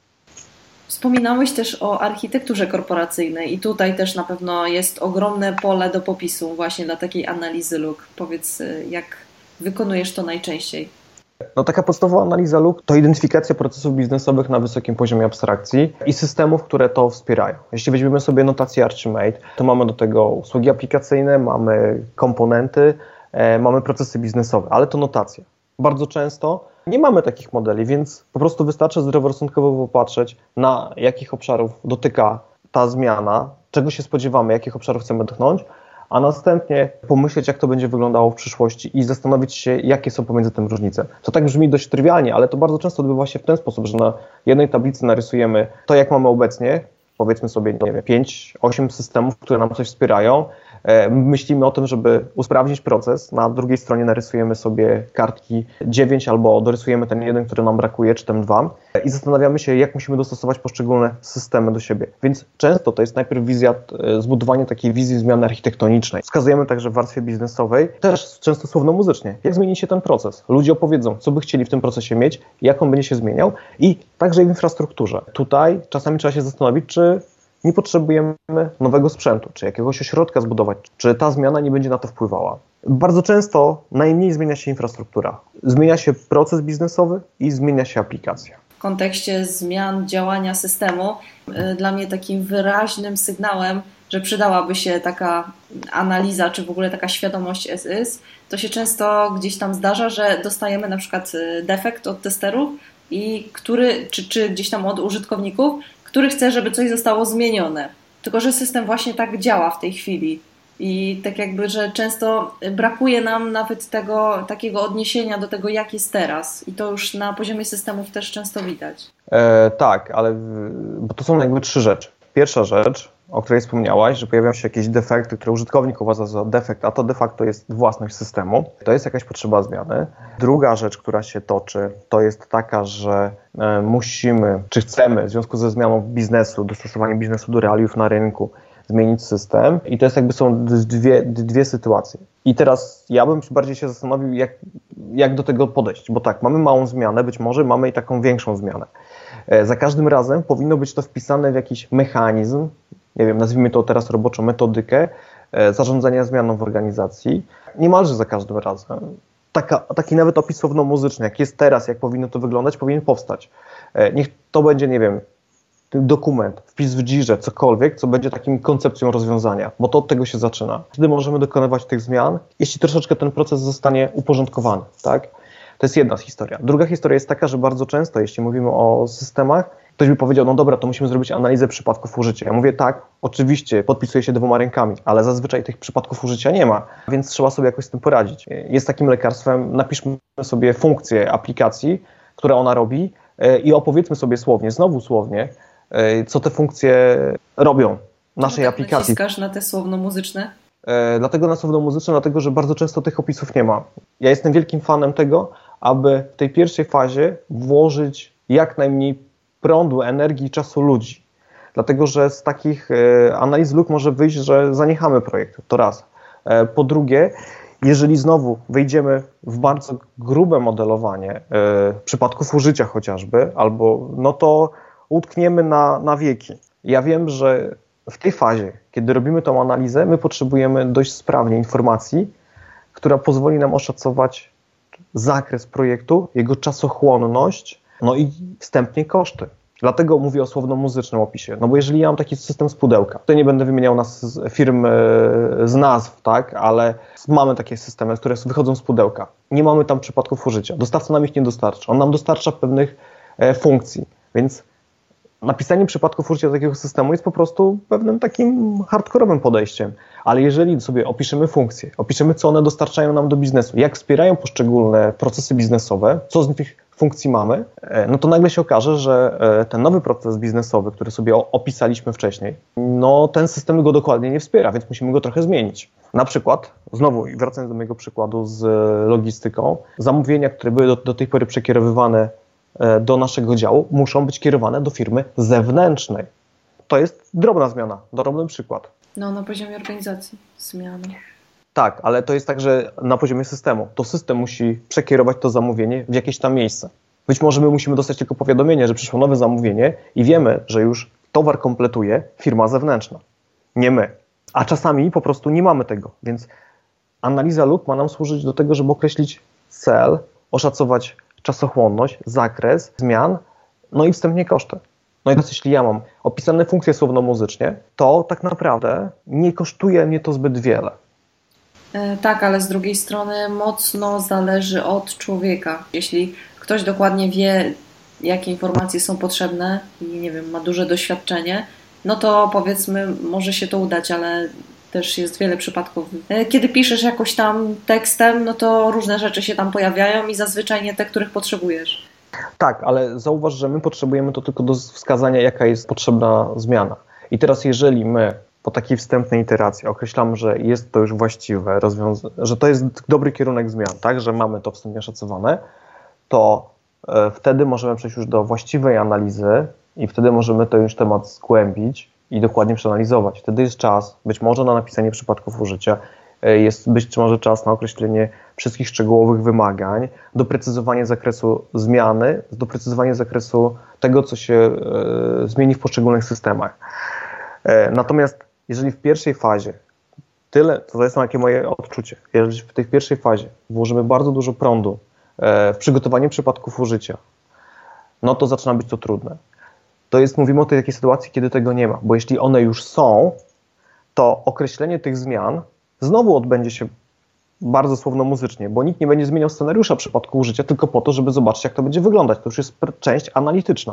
Wspominałeś też o architekturze korporacyjnej i tutaj też na pewno jest ogromne pole do popisu właśnie dla takiej analizy luk. Powiedz, jak wykonujesz to najczęściej? No taka podstawowa analiza luk to identyfikacja procesów biznesowych na wysokim poziomie abstrakcji i systemów, które to wspierają. Jeśli weźmiemy sobie notację Archimate, to mamy do tego usługi aplikacyjne, mamy komponenty, e, mamy procesy biznesowe, ale to notacja. Bardzo często nie mamy takich modeli, więc po prostu wystarczy zdroworozsądkowo popatrzeć, na jakich obszarów dotyka ta zmiana, czego się spodziewamy, jakich obszarów chcemy dotknąć, a następnie pomyśleć, jak to będzie wyglądało w przyszłości i zastanowić się, jakie są pomiędzy tym różnice. To tak brzmi dość trywialnie, ale to bardzo często odbywa się w ten sposób, że na jednej tablicy narysujemy to, jak mamy obecnie, powiedzmy sobie, nie wiem, pięć, osiem systemów, które nam coś wspierają. Myślimy o tym, żeby usprawnić proces. Na drugiej stronie narysujemy sobie kartki dziewięć albo dorysujemy ten jeden, który nam brakuje, czy ten dwa i zastanawiamy się, jak musimy dostosować poszczególne systemy do siebie. Więc często to jest najpierw wizja, zbudowanie takiej wizji zmiany architektonicznej. Wskazujemy także w warstwie biznesowej, też często słowno-muzycznie, jak zmieni się ten proces. Ludzie opowiedzą, co by chcieli w tym procesie mieć, jak on będzie się zmieniał i także w infrastrukturze. Tutaj czasami trzeba się zastanowić, czy nie potrzebujemy nowego sprzętu, czy jakiegoś ośrodka zbudować, czy ta zmiana nie będzie na to wpływała. Bardzo często najmniej zmienia się infrastruktura. Zmienia się proces biznesowy i zmienia się aplikacja. W kontekście zmian działania systemu dla mnie takim wyraźnym sygnałem, że przydałaby się taka analiza, czy w ogóle taka świadomość as is, to się często gdzieś tam zdarza, że dostajemy na przykład defekt od testerów, i który, czy, czy gdzieś tam od użytkowników, który chce, żeby coś zostało zmienione. Tylko że system właśnie tak działa w tej chwili. I tak jakby, że często brakuje nam nawet tego takiego odniesienia do tego, jak jest teraz. I to już na poziomie systemów też często widać. E, tak, ale bo to są jakby trzy rzeczy. Pierwsza rzecz, o której wspomniałaś, że pojawiają się jakieś defekty, które użytkownik uważa za defekt, a to de facto jest własność systemu. To jest jakaś potrzeba zmiany. Druga rzecz, która się toczy, to jest taka, że e, musimy, czy chcemy w związku ze zmianą biznesu, dostosowaniem biznesu do realiów na rynku, zmienić system i to jest jakby są dwie, dwie sytuacje. I teraz ja bym bardziej się zastanowił, jak, jak do tego podejść, bo tak, mamy małą zmianę, być może mamy i taką większą zmianę. E, za każdym razem powinno być to wpisane w jakiś mechanizm, nie wiem, nazwijmy to teraz roboczo metodykę e, zarządzania zmianą w organizacji, niemalże za każdym razem. Taka, taki nawet opis słowno-muzyczny, jak jest teraz, jak powinno to wyglądać, powinien powstać. E, niech to będzie, nie wiem, dokument, wpis w dzirze, cokolwiek, co będzie takim koncepcją rozwiązania, bo to od tego się zaczyna. Wtedy możemy dokonywać tych zmian, jeśli troszeczkę ten proces zostanie uporządkowany, tak? To jest jedna historia. Druga historia jest taka, że bardzo często, jeśli mówimy o systemach, ktoś by powiedział, no dobra, to musimy zrobić analizę przypadków użycia. Ja mówię, tak, oczywiście, podpisuję się dwoma rękami, ale zazwyczaj tych przypadków użycia nie ma, więc trzeba sobie jakoś z tym poradzić. Jest takim lekarstwem, napiszmy sobie funkcję aplikacji, która ona robi i opowiedzmy sobie słownie, znowu słownie, co te funkcje robią naszej tak aplikacji. Naciskasz na te słowno-muzyczne? E, dlatego na słowno-muzyczne, dlatego, że bardzo często tych opisów nie ma. Ja jestem wielkim fanem tego, aby w tej pierwszej fazie włożyć jak najmniej prądu, energii i czasu ludzi. Dlatego, że z takich e, analiz luk może wyjść, że zaniechamy projektu. To raz. E, po drugie, jeżeli znowu wejdziemy w bardzo grube modelowanie e, przypadków użycia chociażby, albo no to utkniemy na, na wieki. Ja wiem, że w tej fazie, kiedy robimy tą analizę, my potrzebujemy dość sprawnie informacji, która pozwoli nam oszacować zakres projektu, jego czasochłonność, no i wstępnie koszty. Dlatego mówię o słowno-muzycznym opisie, no bo jeżeli ja mam taki system z pudełka, to nie będę wymieniał nas firm z nazw, tak, ale mamy takie systemy, które wychodzą z pudełka. Nie mamy tam przypadków użycia. Dostawca nam ich nie dostarcza. On nam dostarcza pewnych funkcji, więc napisanie przypadków użycia takiego systemu jest po prostu pewnym takim hardkorowym podejściem, ale jeżeli sobie opiszemy funkcje, opiszemy, co one dostarczają nam do biznesu, jak wspierają poszczególne procesy biznesowe, co z tych funkcji mamy, no to nagle się okaże, że ten nowy proces biznesowy, który sobie opisaliśmy wcześniej, no ten system go dokładnie nie wspiera, więc musimy go trochę zmienić. Na przykład, znowu wracając do mojego przykładu z logistyką, zamówienia, które były do, do tej pory przekierowywane do naszego działu, muszą być kierowane do firmy zewnętrznej. To jest drobna zmiana, drobny przykład. No, na poziomie organizacji zmiana. Tak, ale to jest tak, że na poziomie systemu. To system musi przekierować to zamówienie w jakieś tam miejsce. Być może my musimy dostać tylko powiadomienie, że przyszło nowe zamówienie i wiemy, że już towar kompletuje firma zewnętrzna, nie my. A czasami po prostu nie mamy tego, więc analiza luk ma nam służyć do tego, żeby określić cel, oszacować czasochłonność, zakres zmian, no i wstępnie koszty. No i teraz jeśli ja mam opisane funkcje słowno-muzycznie, to tak naprawdę nie kosztuje mnie to zbyt wiele. Tak, ale z drugiej strony mocno zależy od człowieka. Jeśli ktoś dokładnie wie, jakie informacje są potrzebne i nie wiem, ma duże doświadczenie, no to powiedzmy, może się to udać, ale też jest wiele przypadków. Kiedy piszesz jakoś tam tekstem, no to różne rzeczy się tam pojawiają i zazwyczaj nie te, których potrzebujesz. Tak, ale zauważ, że my potrzebujemy to tylko do wskazania, jaka jest potrzebna zmiana. I teraz jeżeli my po takiej wstępnej iteracji określamy, że jest to już właściwe rozwiązanie, że to jest dobry kierunek zmian, tak, że mamy to wstępnie szacowane, to e, wtedy możemy przejść już do właściwej analizy i wtedy możemy to już temat zgłębić i dokładnie przeanalizować. Wtedy jest czas być może na napisanie przypadków użycia, e, jest być może czas na określenie wszystkich szczegółowych wymagań, doprecyzowanie zakresu zmiany, doprecyzowanie zakresu tego, co się e, zmieni w poszczególnych systemach. E, natomiast jeżeli w pierwszej fazie tyle, to jest takie moje odczucie, jeżeli w tej pierwszej fazie włożymy bardzo dużo prądu w przygotowanie przypadków użycia, no to zaczyna być to trudne. To jest, mówimy o tej takiej sytuacji, kiedy tego nie ma, bo jeśli one już są, to określenie tych zmian znowu odbędzie się bardzo słowno-muzycznie, bo nikt nie będzie zmieniał scenariusza przypadku użycia tylko po to, żeby zobaczyć, jak to będzie wyglądać. To już jest część analityczna.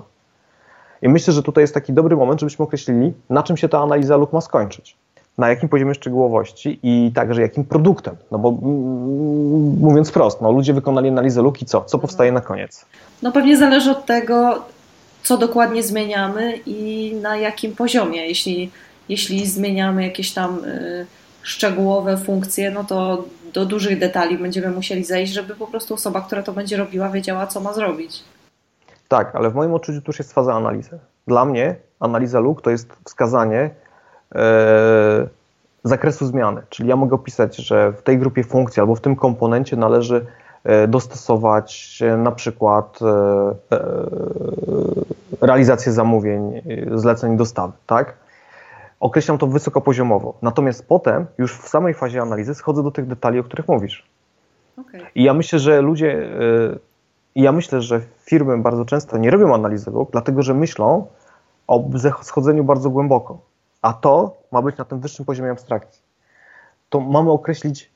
I myślę, że tutaj jest taki dobry moment, żebyśmy określili, na czym się ta analiza luk ma skończyć. Na jakim poziomie szczegółowości i także jakim produktem. No bo mm, mówiąc wprost, no, ludzie wykonali analizę luk i co? Co powstaje na koniec? No pewnie zależy od tego, co dokładnie zmieniamy i na jakim poziomie. Jeśli, jeśli zmieniamy jakieś tam y, szczegółowe funkcje, no to do dużych detali będziemy musieli zejść, żeby po prostu osoba, która to będzie robiła, wiedziała, co ma zrobić. Tak, ale w moim odczuciu to już jest faza analizy. Dla mnie analiza luk to jest wskazanie e, zakresu zmiany. Czyli ja mogę opisać, że w tej grupie funkcji albo w tym komponencie należy e, dostosować e, na przykład e, e, realizację zamówień, zleceń dostawy, tak? Określam to wysokopoziomowo. Natomiast potem już w samej fazie analizy schodzę do tych detali, o których mówisz. Okay. I ja myślę, że ludzie... E, I ja myślę, że firmy bardzo często nie robią analizy luk, dlatego że myślą o schodzeniu bardzo głęboko. A to ma być na tym wyższym poziomie abstrakcji. To mamy określić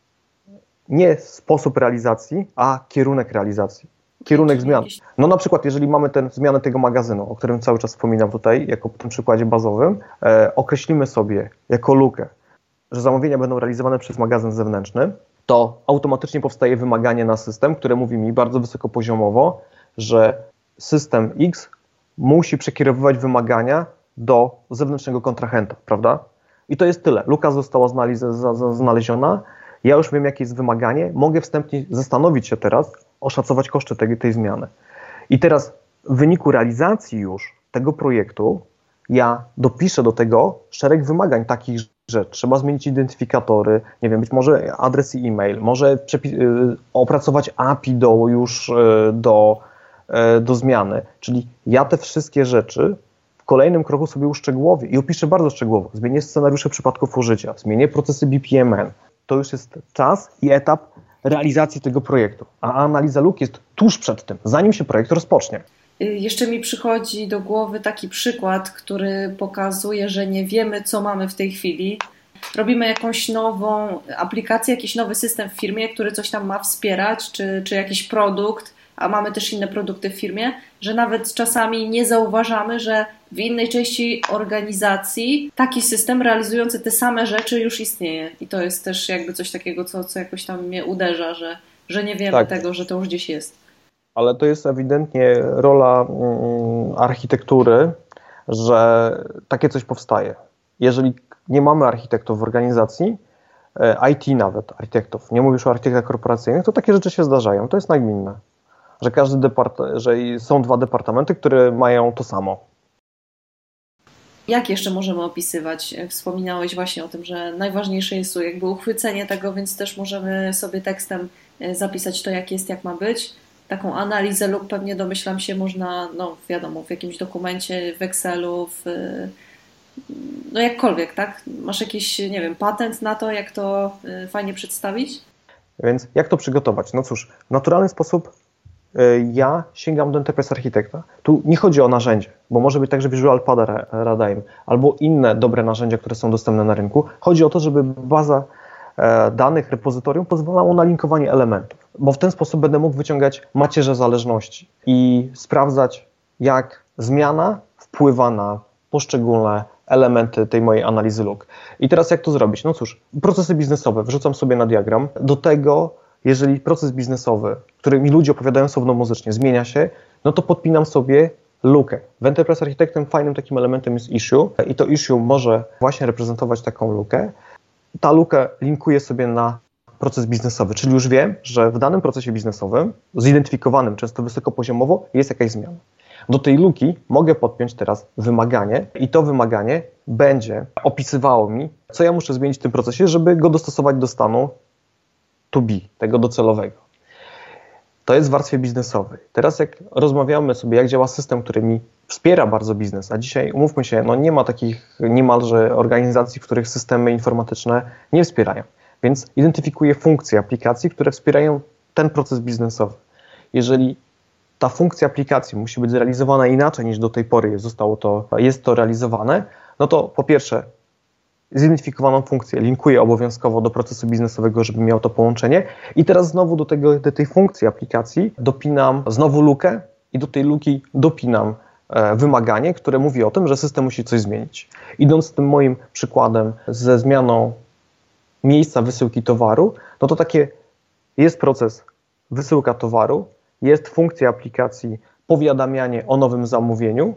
nie sposób realizacji, a kierunek realizacji. Kierunek zmian. No na przykład, jeżeli mamy tę zmianę tego magazynu, o którym cały czas wspominam tutaj, jako w tym przykładzie bazowym, e, określimy sobie jako lukę, że zamówienia będą realizowane przez magazyn zewnętrzny, to automatycznie powstaje wymaganie na system, które mówi mi bardzo wysokopoziomowo, że system X musi przekierowywać wymagania do zewnętrznego kontrahenta, prawda? I to jest tyle. Luka została znaleziona, ja już wiem, jakie jest wymaganie, mogę wstępnie zastanowić się teraz, oszacować koszty tej, tej zmiany. I teraz w wyniku realizacji już tego projektu ja dopiszę do tego szereg wymagań takich, że trzeba zmienić identyfikatory, nie wiem, być może adres i e-mail, może przepi- opracować A P I do już do, do zmiany. Czyli ja te wszystkie rzeczy w kolejnym kroku sobie uszczegółowię i opiszę bardzo szczegółowo. Zmienię scenariusze przypadków użycia, zmienię procesy B P M N. To już jest czas i etap realizacji tego projektu. A analiza luk jest tuż przed tym, zanim się projekt rozpocznie. Jeszcze mi przychodzi do głowy taki przykład, który pokazuje, że nie wiemy, co mamy w tej chwili. Robimy jakąś nową aplikację, jakiś nowy system w firmie, który coś tam ma wspierać, czy, czy jakiś produkt, a mamy też inne produkty w firmie, że nawet czasami nie zauważamy, że w innej części organizacji taki system realizujący te same rzeczy już istnieje. I to jest też jakby coś takiego, co, co jakoś tam mnie uderza, że, że nie wiemy tak. tego, że to już gdzieś jest. ale to jest ewidentnie rola mm, architektury, że takie coś powstaje. Jeżeli nie mamy architektów w organizacji, I T nawet, architektów, nie mówisz o architektach korporacyjnych, to takie rzeczy się zdarzają. To jest nagminne, że każdy depart, że są dwa departamenty, które mają to samo. Jak jeszcze możemy opisywać? Wspominałeś właśnie o tym, że najważniejsze jest jakby uchwycenie tego, więc też możemy sobie tekstem zapisać to, jak jest, jak ma być. Taką analizę lub pewnie domyślam się można, no wiadomo, w jakimś dokumencie, w Excelu, w, no jakkolwiek, tak? Masz jakiś, nie wiem, patent na to, jak to fajnie przedstawić? Więc jak to przygotować? No cóż, w naturalny sposób ja sięgam do Enterprise Architecta. Tu nie chodzi o narzędzie, bo może być tak, że Visual Pada Radaim albo inne dobre narzędzia, które są dostępne na rynku. Chodzi o to, żeby baza danych repozytorium pozwalało na linkowanie elementów, bo w ten sposób będę mógł wyciągać macierze zależności i sprawdzać, jak zmiana wpływa na poszczególne elementy tej mojej analizy log. I teraz jak to zrobić? No cóż, procesy biznesowe wrzucam sobie na diagram. Do tego, jeżeli proces biznesowy, który mi ludzie opowiadają słownomuzycznie, zmienia się, no to podpinam sobie lukę. W Enterprise Architectem fajnym takim elementem jest issue i to issue może właśnie reprezentować taką lukę. Ta luka linkuje sobie na proces biznesowy, czyli już wiem, że w danym procesie biznesowym, zidentyfikowanym często wysokopoziomowo, jest jakaś zmiana. Do tej luki mogę podpiąć teraz wymaganie i to wymaganie będzie opisywało mi, co ja muszę zmienić w tym procesie, żeby go dostosować do stanu to be, tego docelowego. To jest w warstwie biznesowej. Teraz jak rozmawiamy sobie, jak działa system, który mi wspiera bardzo biznes, a dzisiaj umówmy się, no nie ma takich niemalże organizacji, w których systemy informatyczne nie wspierają. Więc identyfikuję funkcje aplikacji, które wspierają ten proces biznesowy. Jeżeli ta funkcja aplikacji musi być zrealizowana inaczej niż do tej pory zostało to, jest to realizowane, no to po pierwsze zidentyfikowaną funkcję linkuję obowiązkowo do procesu biznesowego, żeby miał to połączenie i teraz znowu do, tego, do tej funkcji aplikacji dopinam znowu lukę i do tej luki dopinam e, wymaganie, które mówi o tym, że system musi coś zmienić. Idąc tym moim przykładem ze zmianą miejsca wysyłki towaru, no to takie jest proces wysyłka towaru, jest funkcja aplikacji powiadamianie o nowym zamówieniu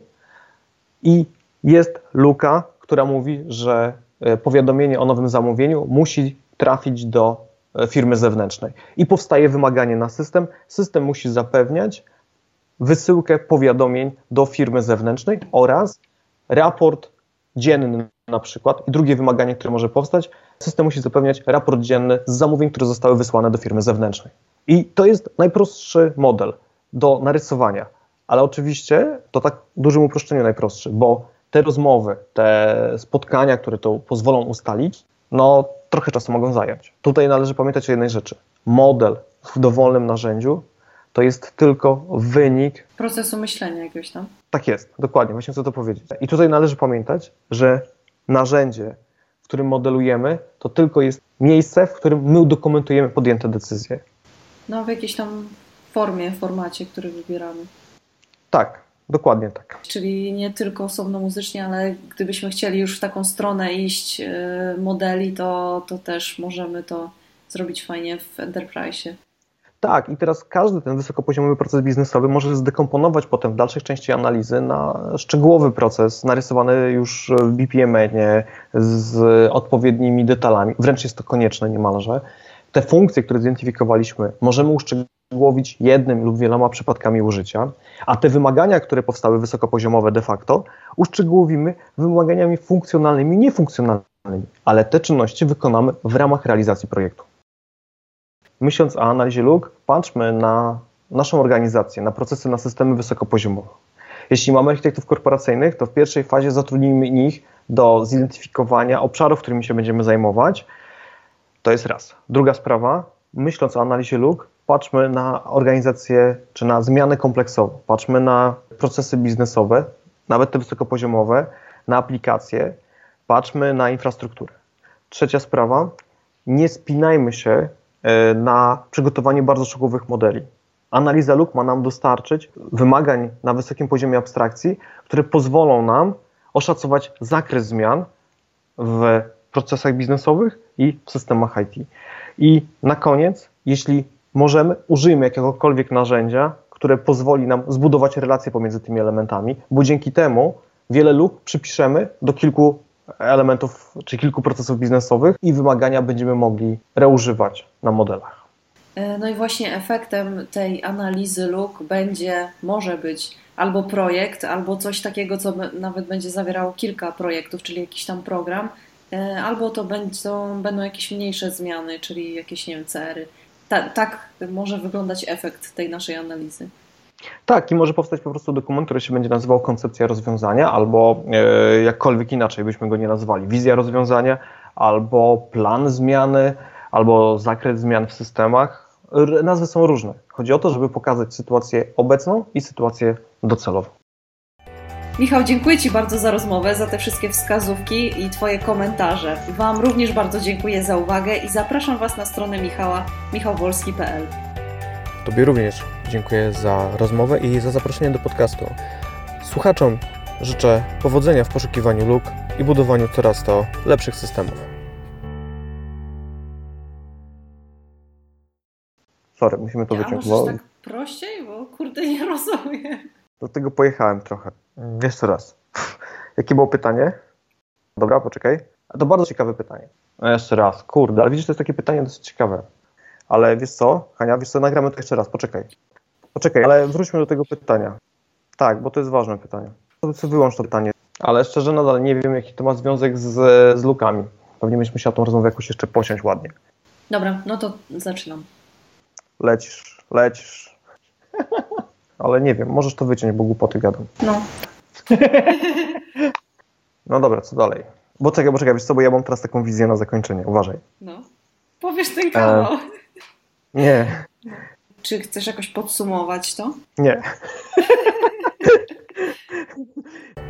i jest luka, która mówi, że powiadomienie o nowym zamówieniu musi trafić do firmy zewnętrznej. I powstaje wymaganie na system. System musi zapewniać wysyłkę powiadomień do firmy zewnętrznej oraz raport dzienny na przykład. I drugie wymaganie, które może powstać, system musi zapewniać raport dzienny z zamówień, które zostały wysłane do firmy zewnętrznej. I to jest najprostszy model do narysowania. Ale oczywiście to tak w dużym uproszczeniu najprostszy, bo te rozmowy, te spotkania, które to pozwolą ustalić, no trochę czasu mogą zająć. Tutaj należy pamiętać o jednej rzeczy. Model w dowolnym narzędziu to jest tylko wynik procesu myślenia jakiegoś tam. Tak jest, dokładnie, właśnie chcę to powiedzieć. I tutaj należy pamiętać, że narzędzie, w którym modelujemy, to tylko jest miejsce, w którym my dokumentujemy podjęte decyzje. No w jakiejś tam formie, formacie, który wybieramy. Tak, dokładnie tak. Czyli nie tylko osobnomuzycznie, ale gdybyśmy chcieli już w taką stronę iść modeli, to, to też możemy to zrobić fajnie w Enterprise'ie. Tak, i teraz każdy ten wysokopoziomowy proces biznesowy może zdekomponować potem w dalszej części analizy na szczegółowy proces, narysowany już w B P M-ie z odpowiednimi detalami. Wręcz jest to konieczne niemalże. Te funkcje, które zidentyfikowaliśmy, możemy uszczegółowić jednym lub wieloma przypadkami użycia, a te wymagania, które powstały wysokopoziomowe de facto, uszczegółowimy wymaganiami funkcjonalnymi, niefunkcjonalnymi, ale te czynności wykonamy w ramach realizacji projektu. Myśląc o analizie luk, patrzmy na naszą organizację, na procesy, na systemy wysokopoziomowe. Jeśli mamy architektów korporacyjnych, to w pierwszej fazie zatrudnijmy ich do zidentyfikowania obszarów, którymi się będziemy zajmować. To jest raz. Druga sprawa, myśląc o analizie luk, patrzmy na organizację, czy na zmianę kompleksową. Patrzmy na procesy biznesowe, nawet te wysokopoziomowe, na aplikacje. Patrzmy na infrastrukturę. Trzecia sprawa, nie spinajmy się na przygotowanie bardzo szczegółowych modeli. Analiza luk ma nam dostarczyć wymagań na wysokim poziomie abstrakcji, które pozwolą nam oszacować zakres zmian w procesach biznesowych i w systemach I T. I na koniec, jeśli możemy, użyjmy jakiegokolwiek narzędzia, które pozwoli nam zbudować relacje pomiędzy tymi elementami, bo dzięki temu wiele luk przypiszemy do kilku elementów czy kilku procesów biznesowych i wymagania będziemy mogli reużywać na modelach. No i właśnie efektem tej analizy luk będzie, może być albo projekt, albo coś takiego, co nawet będzie zawierało kilka projektów, czyli jakiś tam program, albo to będą, będą jakieś mniejsze zmiany, czyli jakieś, nie wiem, C R y. Ta, tak może wyglądać efekt tej naszej analizy. Tak, i może powstać po prostu dokument, który się będzie nazywał koncepcja rozwiązania, albo e, jakkolwiek inaczej byśmy go nie nazwali, wizja rozwiązania, albo plan zmiany, albo zakres zmian w systemach. Nazwy są różne. Chodzi o to, żeby pokazać sytuację obecną i sytuację docelową. Michał, dziękuję Ci bardzo za rozmowę, za te wszystkie wskazówki i Twoje komentarze. Wam również bardzo dziękuję za uwagę i zapraszam Was na stronę Michała, michał wolski kropka p l. Tobie również dziękuję za rozmowę i za zaproszenie do podcastu. Słuchaczom życzę powodzenia w poszukiwaniu luk i budowaniu coraz to lepszych systemów. Sorry, musimy to Ja, wyciąć. możesz Bo... tak prościej, bo kurde nie rozumiem. Do tego pojechałem trochę. Jeszcze raz. Jakie było pytanie? Dobra, poczekaj. A to bardzo ciekawe pytanie. No jeszcze raz. Kurde, ale widzisz, to jest takie pytanie dosyć ciekawe. Ale wiesz co, Hania, wiesz co, nagramy to jeszcze raz. Poczekaj. Poczekaj, ale wróćmy do tego pytania. Tak, bo to jest ważne pytanie. To sobie wyłącz to pytanie. Ale szczerze nadal nie wiem, jaki to ma związek z, z lukami. Pewnie byśmy musiał tą rozmowę jakoś jeszcze posiąść ładnie. Dobra, no to zaczynam. Lecisz, lecisz. Ale nie wiem, możesz to wyciąć, bo głupoty gadam. No. No dobra, co dalej? Bo czekaj, bo czekaj, wiesz co, bo ja mam teraz taką wizję na zakończenie, uważaj. No. Powiesz ten kawał. E, nie. No. Czy chcesz jakoś podsumować to? Nie.